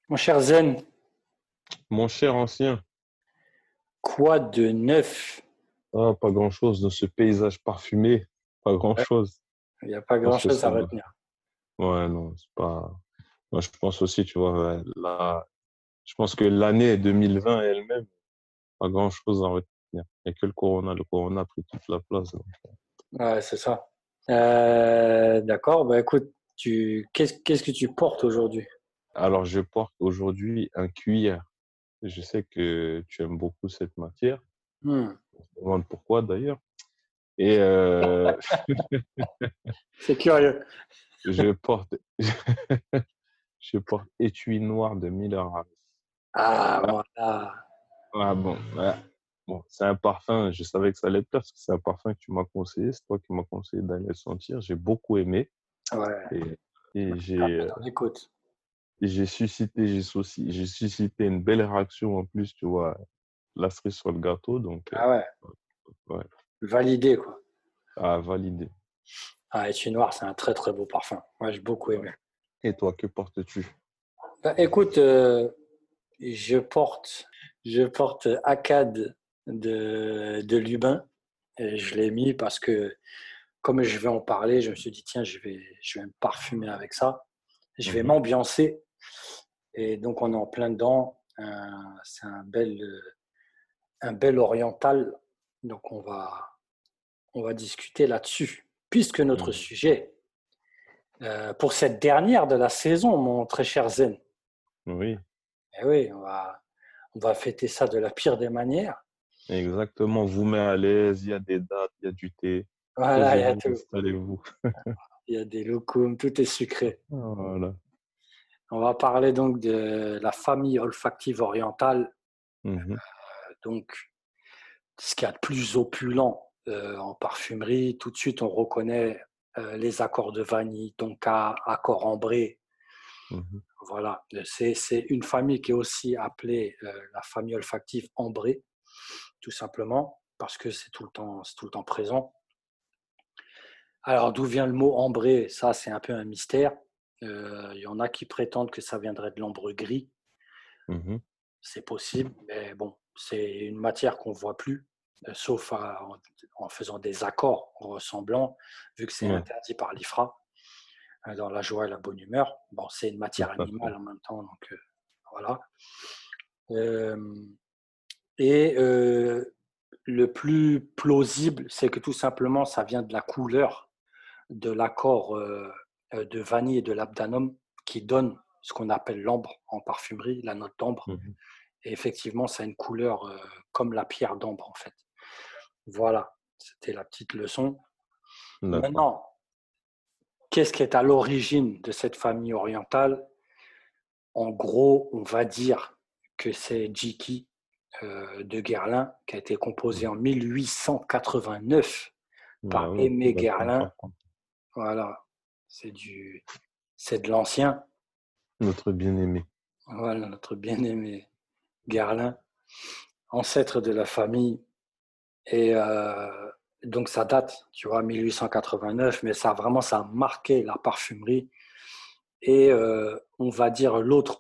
Mon cher Zen, Mon cher ancien, quoi de neuf? pas grand-chose dans ce paysage parfumé, pas Ouais, grand-chose. il n'y a pas Je pense que grand-chose à ça va. retenir. Ouais, non, c'est pas. Moi, je pense aussi, tu vois, là, je pense que l'année 2020 elle-même, pas grand-chose à retenir. Il n'y a que le Corona. Le Corona a pris toute la place, donc. Ouais, c'est ça. D'accord, bah écoute, qu'est-ce que tu portes aujourd'hui? Alors, je porte aujourd'hui un cuir. Je sais que tu aimes beaucoup cette matière. Hmm, On se demande pourquoi d'ailleurs. Et c'est curieux. je porte, je porte étui noir de Miller Harris. Ah, voilà. Ah bon, ouais. Bon, c'est un parfum, je savais que ça allait te plaire parce que c'est un parfum que tu m'as conseillé, c'est toi qui m'as conseillé d'aller le sentir. J'ai beaucoup aimé Ouais, et, et t'as j'ai mis dans l'écoute. j'ai suscité une belle réaction en plus, tu vois, la cerise sur le gâteau, donc Ah ouais, ouais, validé quoi. à valider. Ah, Étui Noir, c'est un très très beau parfum. Moi, j'ai beaucoup Ouais. aimé. Et toi, que portes-tu? Bah, écoute, je porte, je porte Akkad de Lubin. Et je l'ai mis parce que comme je vais en parler, je me suis dit, tiens, je vais me parfumer avec ça. Je vais Mhm. m'ambiancer. Et donc, on est en plein dedans. C'est un bel oriental. Donc, on va discuter là-dessus. Puisque notre Mhm. sujet, pour cette dernière de la saison, mon très cher Zen, Oui, eh oui, on va fêter ça de la pire des manières. exactement. Vous met à l'aise, il y a des dates, il y a du thé. Voilà, il y a Posez-vous, tout. installez-vous. Il y a des loukoums, tout est sucré. Voilà. On va parler donc de la famille olfactive orientale, Mhm. donc ce qu'il y a de plus opulent en parfumerie. Tout de suite, on reconnaît les accords de vanille, tonka, accord ambré. Mhm. Voilà, c'est une famille qui est aussi appelée la famille olfactive ambrée, tout simplement, parce que c'est tout le temps présent. Alors, d'où vient le mot ambré? Ça, c'est un peu un mystère. Il y en a qui prétendent que ça viendrait de l'ambre gris. Mhm. C'est possible, mais bon, c'est une matière qu'on ne voit plus, sauf en faisant des accords ressemblants, vu que c'est Ouais, interdit par l'IFRA, dans la joie et la bonne humeur. Bon, c'est une tout matière à fait. animale en même temps, donc voilà. Euh, et le plus plausible, c'est que tout simplement, ça vient de la couleur de l'accord de vanille et de l'abdanum qui donne ce qu'on appelle l'ambre en parfumerie, la note d'ambre. Mhm. Et effectivement, ça a une couleur comme la pierre d'ambre, en fait. Voilà, c'était la petite leçon. D'accord. Maintenant, qu'est-ce qui est à l'origine de cette famille orientale? En gros, on va dire que c'est Jiki de Guerlain, qui a été composé Mhm. en 1889 Ah par oui, Aimé datant Guerlain. par contre. Voilà, c'est de l'ancien. Notre bien-aimé. Voilà, notre bien-aimé Guerlain, ancêtre de la famille. Et donc ça date, tu vois, 1889, mais ça a marqué la parfumerie. Et on va dire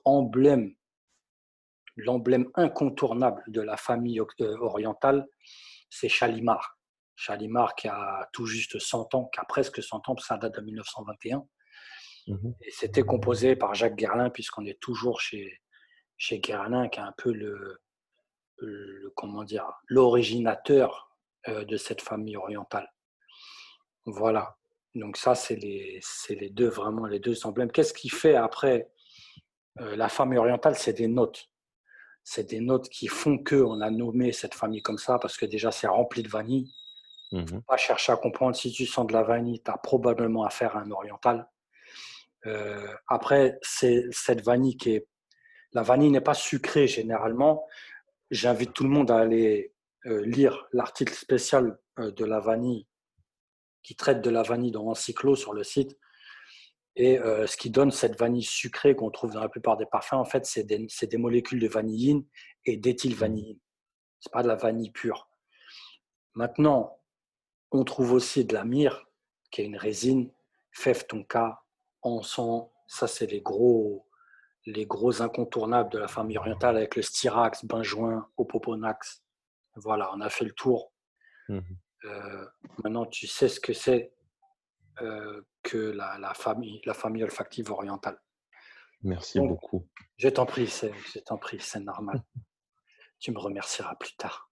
l'emblème incontournable de la famille orientale, c'est Chalimar. Chalimar qui a tout juste 100 ans, qui a presque 100 ans, parce que ça date de 1921. Et un. Mhm. Et c'était composé par Jacques Guerlain, puisqu'on est toujours chez Guerlain, qui est un peu comment dire, l'originateur de cette famille orientale. Voilà. Donc ça, c'est les deux, vraiment, les deux emblèmes. Qu'est-ce qui fait après la famille orientale? C'est des notes. C'est des notes qui font qu'on a nommé cette famille comme ça, parce que déjà, c'est rempli de vanille. Faut Mhm. pas chercher à comprendre. Si tu sens de la vanille, tu as probablement affaire à un oriental. Après, c'est cette vanille qui est... La vanille n'est pas sucrée généralement. J'invite tout le monde à aller lire l'article spécial de la vanille qui traite de la vanille dans Encyclo sur le site. Et ce qui donne cette vanille sucrée qu'on trouve dans la plupart des parfums, en fait, c'est des molécules de vanilline et Mhm. d'éthylvanilline. C'est pas de la vanille pure. Maintenant, on trouve aussi de la myrrhe, qui est une résine, fève tonka, encens. Ça, c'est les gros incontournables de la famille orientale avec le Styrax, Benjoin, Opoponax. Voilà, on a fait le tour. Mhm. Euh, Maintenant, tu sais ce que c'est que la famille olfactive orientale. Merci Donc, beaucoup. je t'en prie, c'est normal. Tu me remercieras plus tard.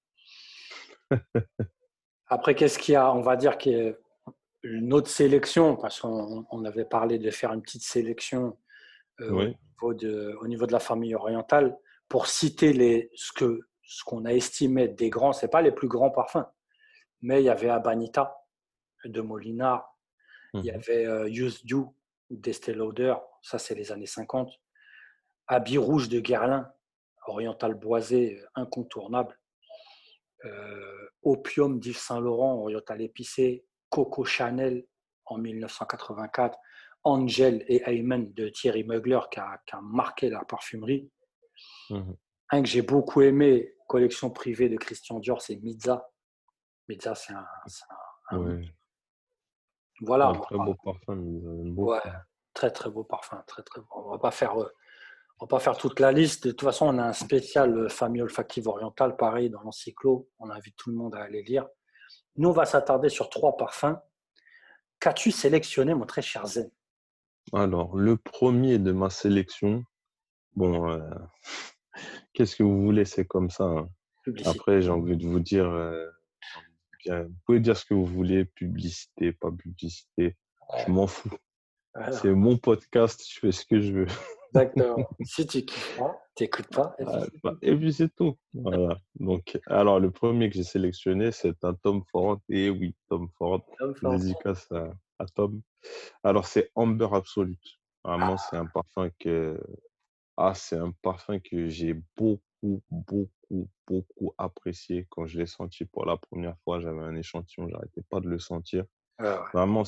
Après, qu'est-ce qu'il y a? On va dire qu'il y a une autre sélection, parce qu'on avait parlé de faire une petite sélection Oui. au niveau de la famille orientale pour citer ce qu'on a estimé être des grands. Ce n'est pas les plus grands parfums, mais il y avait Abanita de Molinar, il y Mhm. avait Youth Dew d'Estée Lauder, ça c'est les années 50, Habit Rouge de Guerlain, Oriental Boisé, incontournable, Opium d'Yves Saint-Laurent, Oriental Épicé, Coco Chanel en 1984, Angel et Ayman de Thierry Mugler qui a marqué la parfumerie. Mhm. Un que j'ai beaucoup aimé, collection privée de Christian Dior, c'est Mizza. Mizza, un- Ouais. voilà, Un très beau parfum, mais j'aime ouais, beaucoup. très très beau parfum, très très beau. On va pas faire toute la liste. De toute façon, on a un spécial famille olfactive orientale, pareil dans l'encyclo. On invite tout le monde à aller lire. Nous, on va s'attarder sur 3 parfums. Qu'as-tu sélectionné, mon très cher Zen? Alors, le premier de ma sélection, bon, qu'est-ce que vous voulez, c'est comme ça, hein. Publicité. Après, j'ai envie de vous dire, vous pouvez dire ce que vous voulez, publicité, pas publicité, je Ouais, m'en fous. C'est voilà. mon podcast, je fais ce que je veux. Exactement. Si tu kiffes pas, t'écoutes pas, et puis c'est tout. Et puis c'est tout. Voilà. Donc, alors, le premier que j'ai sélectionné, c'est un Tom Ford. Et oui, Tom Ford, Homme fort. dédicace à Tom. Alors, c'est Amber Absolute. Vraiment, Ah, c'est un parfum que j'ai beaucoup apprécié quand je l'ai senti pour la première fois. J'avais un échantillon, j'arrêtais pas de le sentir. ouais, Vraiment,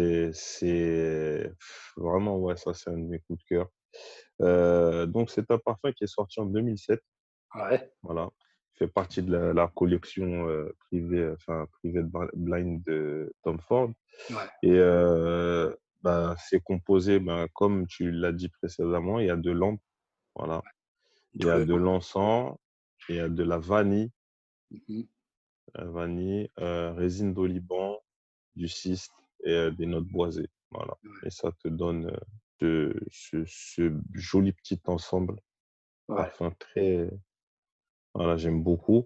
vraiment, ouais, ça, c'est un de mes coups de cœur. Donc, c'est un parfum qui est sorti en 2007. ouais. Ouais. Voilà. Il fait partie de la collection privée, enfin, private blind de Tom Ford. Ouais. Et bah, c'est composé, bah, comme tu l'as dit précédemment, il y a de l'ambre, voilà. Il y D'où a le de nom. l'encens, il y a de Mhm. la vanille, résine d'oliban, du ciste et des notes boisées. Voilà. Et ça te donne ce joli petit ensemble, Ouais. parfum très. Voilà, j'aime beaucoup.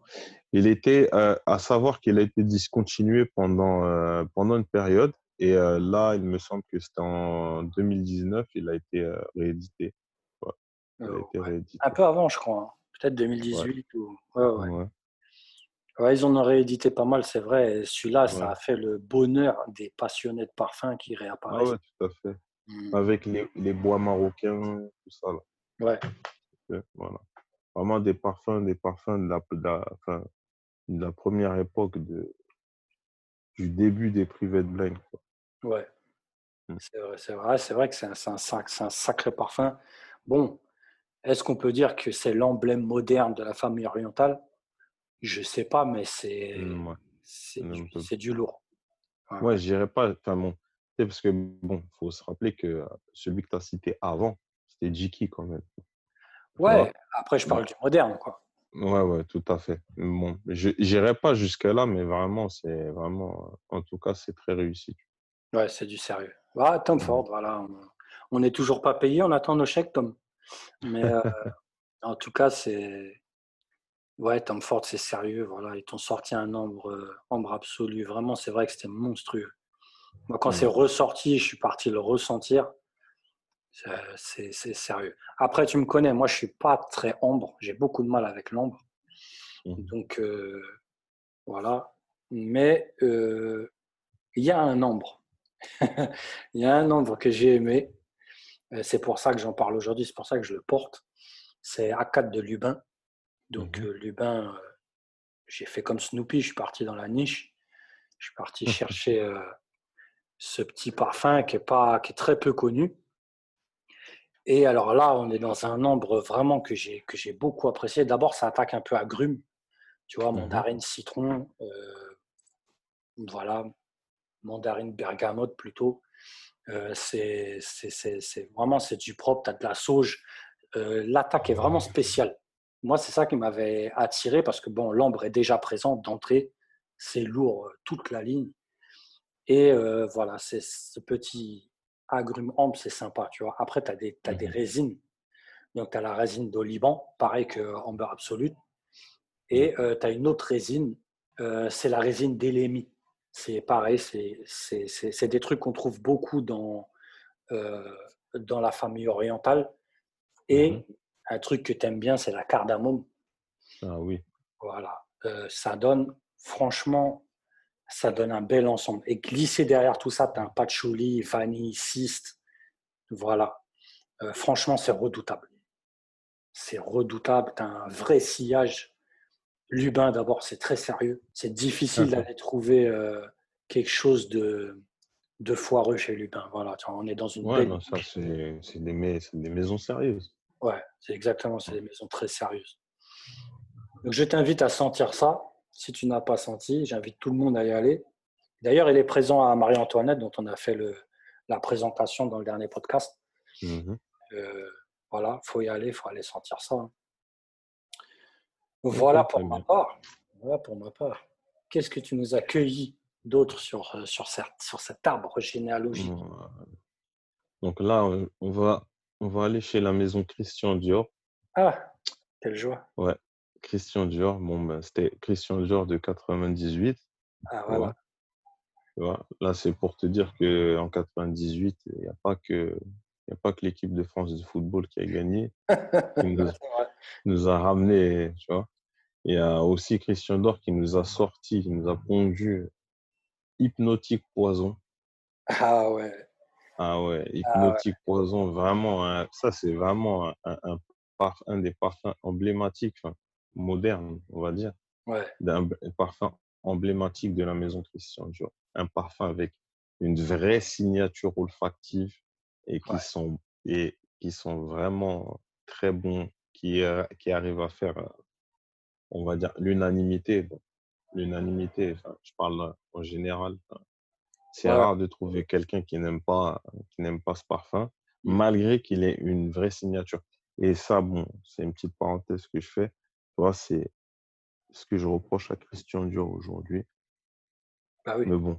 À savoir qu'il a été discontinué pendant une période. Et là, il me semble que c'était en 2019, il a été réédité. Ouais, il a été Ouais. Un réédité. peu avant, je crois, hein. Peut-être Ouais, 2018 ou. Ouais, ouais. ouais, Ouais, ils en ont réédité pas mal, c'est vrai. Et celui-là, ça ouais. a fait le bonheur des passionnés de parfums qui Ah réapparaissent. ouais, tout à fait. Mhm. Avec les bois marocains, tout ça, là. Ouais, Ouais, voilà. Vraiment des parfums enfin, de la première époque du début des private blind, quoi. ouais. Mm. C'est vrai que c'est un sacré parfum. Bon, est-ce qu'on peut dire que c'est l'emblème moderne de la famille orientale? Je sais pas, mais Mm, ouais. c'est Un du, peu. c'est du lourd. Ouais, Ouais, ouais. je dirais pas, enfin bon, tu sais, parce que bon, faut se rappeler que celui que tu as cité avant, c'était Jiki quand même, tu Ouais, vois. après, je Mm. parle du moderne, quoi. Ouais, ouais, tout à fait. Bon, je n'irai pas jusque-là, mais vraiment, en tout cas, c'est très réussi. Ouais, c'est du sérieux. Ah, Tom Mm. Ford, voilà. On n'est toujours pas payé, on attend nos chèques, Tom. Mais en tout cas, ouais, Tom Ford, c'est sérieux. Voilà, ils t'ont sorti un ambre absolu. Vraiment, c'est vrai que c'était monstrueux. Moi, quand c'est Mm. ressorti, je suis parti le ressentir. C'est sérieux. Après, tu me connais, moi, je suis pas très ambre. J'ai beaucoup de mal avec l'ambre. Mm. Donc, voilà. Mais il y a un ambre. Il y a un ambre que j'ai aimé. C'est pour ça que j'en parle aujourd'hui. C'est pour ça que je le porte. C'est A4 de Lubin. Donc, Mhm. Lubin, j'ai fait comme Snoopy. Je suis parti dans la niche. Je suis parti chercher ce petit parfum qui est très peu connu. Et alors là, on est dans un ambre vraiment que j'ai beaucoup apprécié. D'abord, ça attaque un peu agrumes, tu vois, Mhm. mandarine, citron, voilà, mandarine, bergamote plutôt. C'est vraiment c'est du propre. Tu as de la sauge. l'attaque est vraiment spéciale. Moi, c'est ça qui m'avait attiré parce que bon, l'ambre est déjà présent d'entrée, c'est lourd toute la ligne. Et voilà, c'est ce petit agrume ambre, c'est sympa, tu vois. Après, tu as des résines. Donc, tu as la résine d'Oliban, pareil que Amber Absolute. Et tu as une autre résine, c'est la résine d'Elemi. C'est pareil, c'est des trucs qu'on trouve beaucoup euh, dans la famille orientale. Mhm. Et un truc que tu aimes bien, c'est la cardamome. Ah oui. Voilà. Ça donne, franchement, ça donne un bel ensemble. Et glisser derrière tout ça, tu as un patchouli, vanille, cyste. Voilà. Franchement, c'est redoutable. C'est redoutable. Tu as un vrai sillage. Lubin, d'abord, c'est très sérieux. C'est difficile d'aller trouver quelque chose de foireux chez Lubin. Voilà, tu vois, on est dans une Ouais, belle non, ça, niche. c'est des maisons sérieuses. Ouais, c'est exactement, c'est des maisons très sérieuses. Donc, je t'invite à sentir ça. Si tu n'as pas senti, j'invite tout le monde à y aller. D'ailleurs, il est présent à Marie-Antoinette, dont on a fait la présentation dans le dernier podcast. Mhm. Euh, voilà, faut y aller, faut aller sentir ça, hein. Ok, Voilà très pour ma bien. part. Voilà pour ma part. Qu'est-ce que tu nous as cueilli d'autre sur cet arbre généalogique? Bon, donc là, on va aller chez la maison Christian Dior. Ah, quelle joie. Ouais, Christian Dior. Bon, ben, c'était Christian Dior de 98. Ah, Tu voilà. vois, tu vois. Là, c'est pour te dire qu'en 98, il y a pas que l'équipe de France de football qui a gagné, qui nous, C'est vrai. nous a ramené, tu vois. Il y a aussi Christian Dior qui nous a sorti, qui nous a pondu Hypnotique Poison. Ah ouais. Ah ouais, Ah ouais. Hypnotique Poison, vraiment, hein, ça c'est vraiment un des parfums emblématiques, enfin, modernes, on va dire, Ouais. d'un parfum emblématique de la maison Christian Dior. Un parfum avec une vraie signature olfactive et Ouais. qui sont vraiment très bons, qui arrivent à faire, on va dire, l'unanimité. Bon, l'unanimité, enfin, je parle en général. C'est Ouais. rare de trouver quelqu'un qui n'aime pas ce parfum, Hmm. malgré qu'il ait une vraie signature. Et ça, bon, c'est une petite parenthèse que je fais. Tu vois, c'est ce que je reproche à Christian Dior aujourd'hui. Bah oui. Mais bon,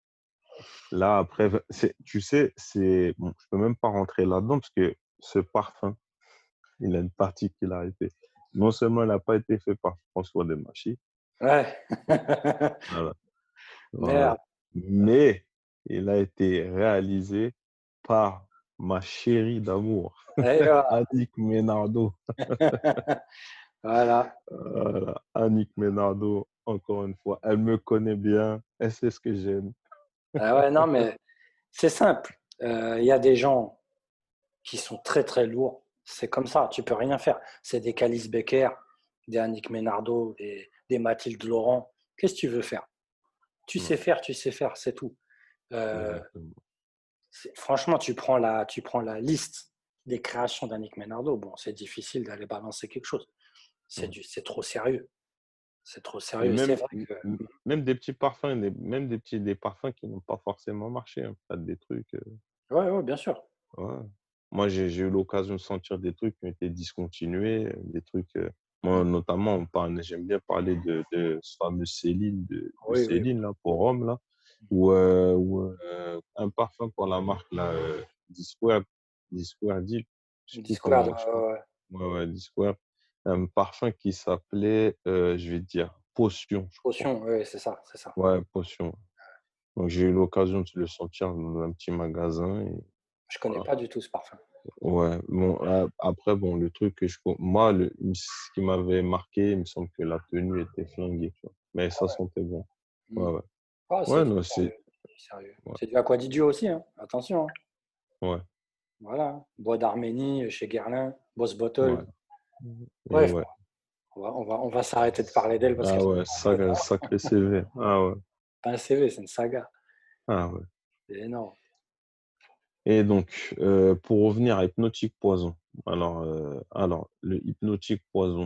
là, après, tu sais, bon, je peux même pas rentrer là-dedans parce que ce parfum, il a une particularité. Non seulement il n'a pas été fait par François Desmachis, Ouais. voilà, voilà, Merde. mais il a été réalisé par ma chérie d'amour, Et voilà. Annick Ménardo. Voilà. Voilà, Annick Ménardo, encore une fois, elle me connaît bien, elle sait ce que j'aime. Ah ouais, non, mais c'est simple. Il y a des gens qui sont très très lourds. C'est comme ça, tu peux rien faire. C'est des Calice Becker, des Annick Ménardo, des Mathilde Laurent. Qu'est-ce que tu veux faire? Ouais, Tu sais faire, c'est tout. Euh, exactement. franchement, tu prends la liste des créations d'Annick Ménardo. Bon, c'est difficile d'aller balancer quelque chose. Ouais. C'est trop sérieux. C'est trop Et sérieux. C'est vrai que. même des petits parfums, même des parfums qui n'ont pas forcément marché, hein. Pas des trucs. Ouais, ouais, bien sûr. Ouais. Moi, j'ai eu l'occasion de sentir des trucs qui ont été discontinués, des trucs. Moi, notamment, j'aime bien parler de ce fameux Céline, de Oui, oui. Céline, là, pour homme, là, ou un parfum pour la marque, là, Discord, Discord Deal, je sais plus Discord, comment, je sais plus. ouais, ouais. Ouais, ouais, Discord. Un parfum qui s'appelait, je vais te dire, Potion, je crois. Potion, oui, c'est ça, c'est ça. Ouais, Potion. Donc, j'ai eu l'occasion de le sentir dans un petit magasin et Je connais voilà. pas du tout ce parfum. Ouais, bon, après, bon, le truc que moi, ce qui m'avait marqué, il me semble que la tenue était flinguée, tu vois. Mais ça sentait bon. Hmm. Ouais, ouais. Ah, c'est Ouais, du non, sérieux. C'est du sérieux. ouais, C'est du Aquadidio aussi, hein. Attention, hein. ouais, Voilà. Bois d'Arménie chez Guerlain, Boss ouais. Bottle. Et Bref, ouais. on va s'arrêter de parler d'elle parce Ah qu'elle ouais, est pas sacré CV. Ah ouais, un CV, c'est une saga. ah ouais. C'est énorme. Et donc, pour revenir à Hypnotique Poison. Alors, le Hypnotique Poison.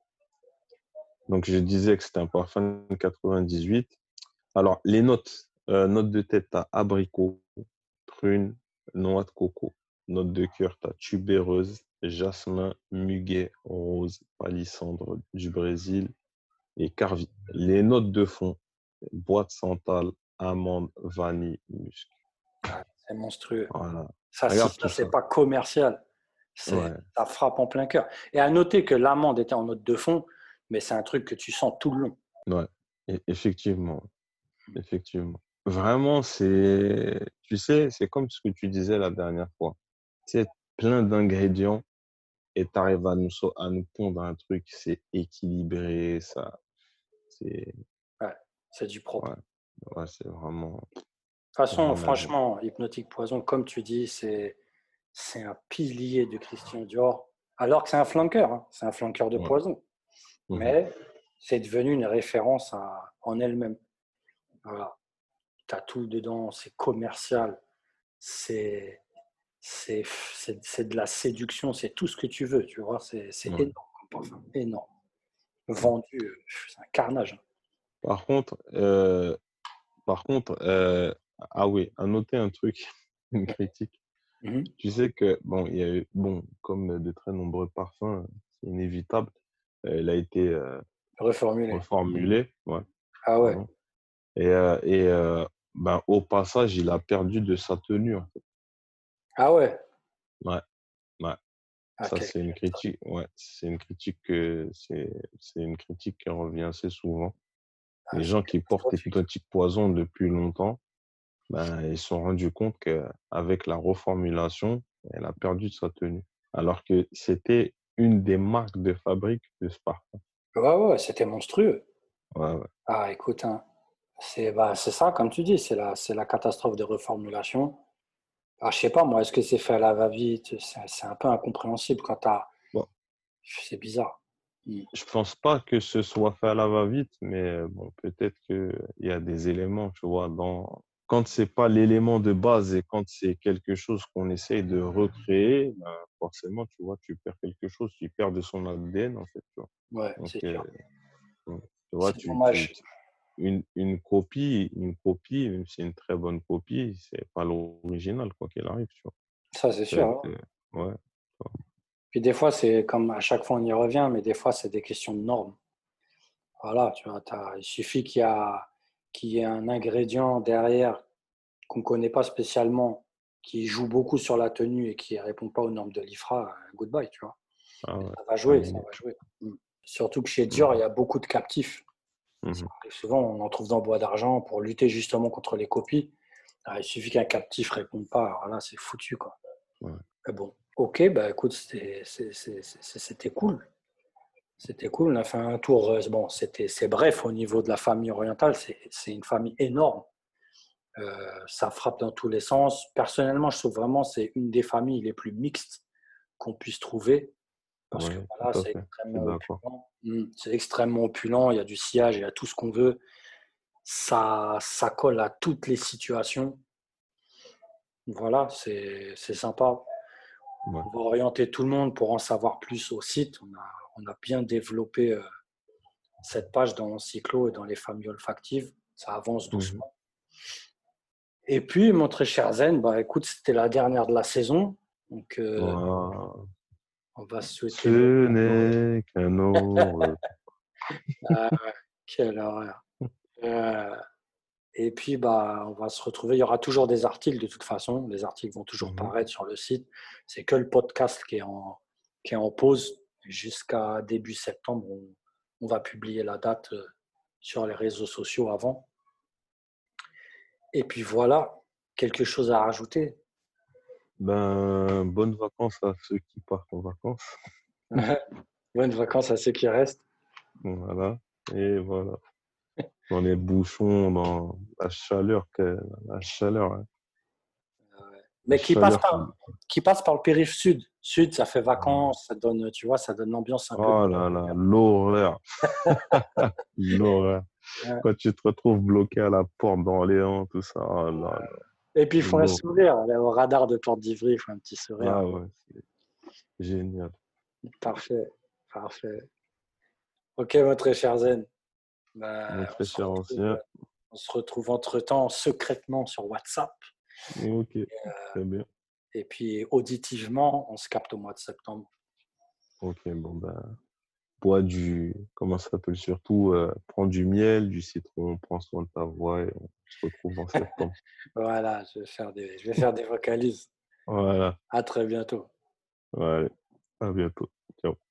Donc, je disais que c'était un parfum de 98. Alors, les notes, notes de tête, t'as abricot, prune, noix de coco. Note de cœur, t'as tubéreuse, jasmin, muguet, rose, palissandre du Brésil et carvi. Les notes de fond, boîte santal, amande, vanille, musc. C'est monstrueux. Voilà. Ça, si Regarde ça, tout c'est ça. pas commercial, Ouais, ça frappe en plein cœur. Et à noter que l'amande était en note de fond, mais c'est un truc que tu sens tout le long. ouais. Effectivement, effectivement. Vraiment, tu sais, c'est comme ce que tu disais la dernière fois. C'est plein d'ingrédients et tu arrives à nous pondre un truc, c'est équilibré, ça, c'est, Ouais, c'est du ouais, propre. ouais, De toute c'est façon, vraiment bon. franchement, Hypnotique Poison, comme tu dis, c'est un pilier de Christian Dior, alors que c'est un flanqueur, hein. C'est un flanqueur de Ouais. poison. Mhm. Mais c'est devenu une référence en elle-même. Voilà. Tu as tout dedans, c'est commercial, c'est c'est de la séduction, c'est tout ce que tu veux, tu vois, c'est Ouais, énorme comme parfum, énorme. ouais. Vendu, c'est un carnage. Par contre, ah oui, à noter un truc, une critique. Mhm. Tu sais que, bon, il y a eu, bon, comme de très nombreux parfums, c'est inévitable, elle a été Reformulé. reformulé, ouais, Ah ouais, pardon. Ben, au passage, il a perdu de sa tenue, en fait. ah ouais, Ouais, ouais. ah, Ça, quel c'est une critique, ouais, c'est une critique qui revient assez souvent. ah, Les c'est gens qui portent catastrophique. Hypnotique Poison depuis longtemps, ben, ils se sont rendus compte qu'avec la reformulation, elle a perdu de sa tenue. Alors que c'était une des marques de fabrique de ce parfum. Ouais, ouais, c'était monstrueux. Ouais, ouais. Ah, écoute, hein, c'est ça, comme tu dis, c'est la catastrophe de reformulation. Ah, je sais pas, moi, est-ce que c'est fait à la va-vite? C'est un peu incompréhensible quand t'as. Bon, C'est bizarre. Mm. je pense pas que ce soit fait à la va-vite, mais bon, peut-être qu'il y a des éléments, tu vois, quand c'est pas l'élément de base et quand c'est quelque chose qu'on essaye de recréer, ben, forcément, tu vois, tu perds quelque chose, tu perds de son ADN, en fait, tu vois. Ouais, Donc, c'est sûr. tu vois, C'est dommage. une copie, même si c'est une très bonne copie, c'est pas l'original, quoi qu'il arrive, tu vois. Ça, c'est Ça va sûr, être, hein. ouais, tu vois. Puis des fois, c'est comme à chaque fois on y revient, mais des fois, c'est des questions de normes. Voilà, tu vois, il suffit qu'il y ait un ingrédient derrière qu'on ne connaît pas spécialement, qui joue beaucoup sur la tenue et qui ne répond pas aux normes de l'IFRA, goodbye, tu vois. Ah Et ouais, ça va jouer, ça terminé. va jouer. Mm. Surtout que chez Dior, il y Mhm, a beaucoup de captifs. Ça mhm, arrive souvent, on en trouve dans Bois d'Argent pour lutter justement contre les copies. Alors, il suffit qu'un captif ne réponde pas, alors là, c'est foutu, quoi. ouais. Mais bon, ok, bah écoute, c'était cool. C'était cool, on a fait un tour. Bon, c'est bref au niveau de la famille orientale, c'est une famille énorme. Ça frappe dans tous les sens. Personnellement, je trouve vraiment que c'est une des familles les plus mixtes qu'on puisse trouver parce que Ouais, voilà, tout à c'est fait. Je suis extrêmement d'accord. opulent. C'est extrêmement opulent, il y a du sillage, il y a tout ce qu'on veut. Ça colle à toutes les situations. Voilà, c'est sympa. Ouais. On va orienter tout le monde pour en savoir plus au site. On a bien développé cette page dans Cyclo et dans les familles olfactives. Ça avance Mhm. doucement. Et puis, mon très cher Zen, bah, écoute, c'était la dernière de la saison. Donc, Voilà. on va se souhaiter une Ce bonne. n'est qu'un au Ah, quelle horreur. Euh, et puis, bah, on va se retrouver. Il y aura toujours des articles de toute façon. Les articles vont toujours Mhm. paraître sur le site. C'est que le podcast qui est en pause jusqu'à début septembre. On va publier la date sur les réseaux sociaux avant. Et puis voilà, quelque chose à rajouter. Ben, bonnes vacances à ceux qui partent en vacances. Bonnes vacances à ceux qui restent. Voilà. Et voilà. Dans les bouchons, dans la chaleur, hein. La Mais chaleur qui passe par le périph' sud. Sud, ça fait vacances, ça donne, tu vois, ça donne l'ambiance un peu. oh là là, l'horreur. L'horreur. Quand tu te retrouves bloqué à la porte d'Orléans, tout ça, oh là là, Et puis, il faut un l'horreur. sourire. Là, au radar de Porte d'Ivry, il faut un petit sourire. Ah ouais, c'est génial. Parfait, parfait. Ok, mon très cher Zen. Mon Ben, très cher ancien. on se retrouve entre-temps secrètement sur WhatsApp. Ok, très bien. Et puis auditivement, on se capte au mois de septembre. Ok, bon, ben, bois comment ça s'appelle surtout, prends du miel, du citron, prends soin de ta voix et on se retrouve en septembre. Voilà, je vais faire des vocalises. Voilà, À très bientôt. ouais, à bientôt. Ciao.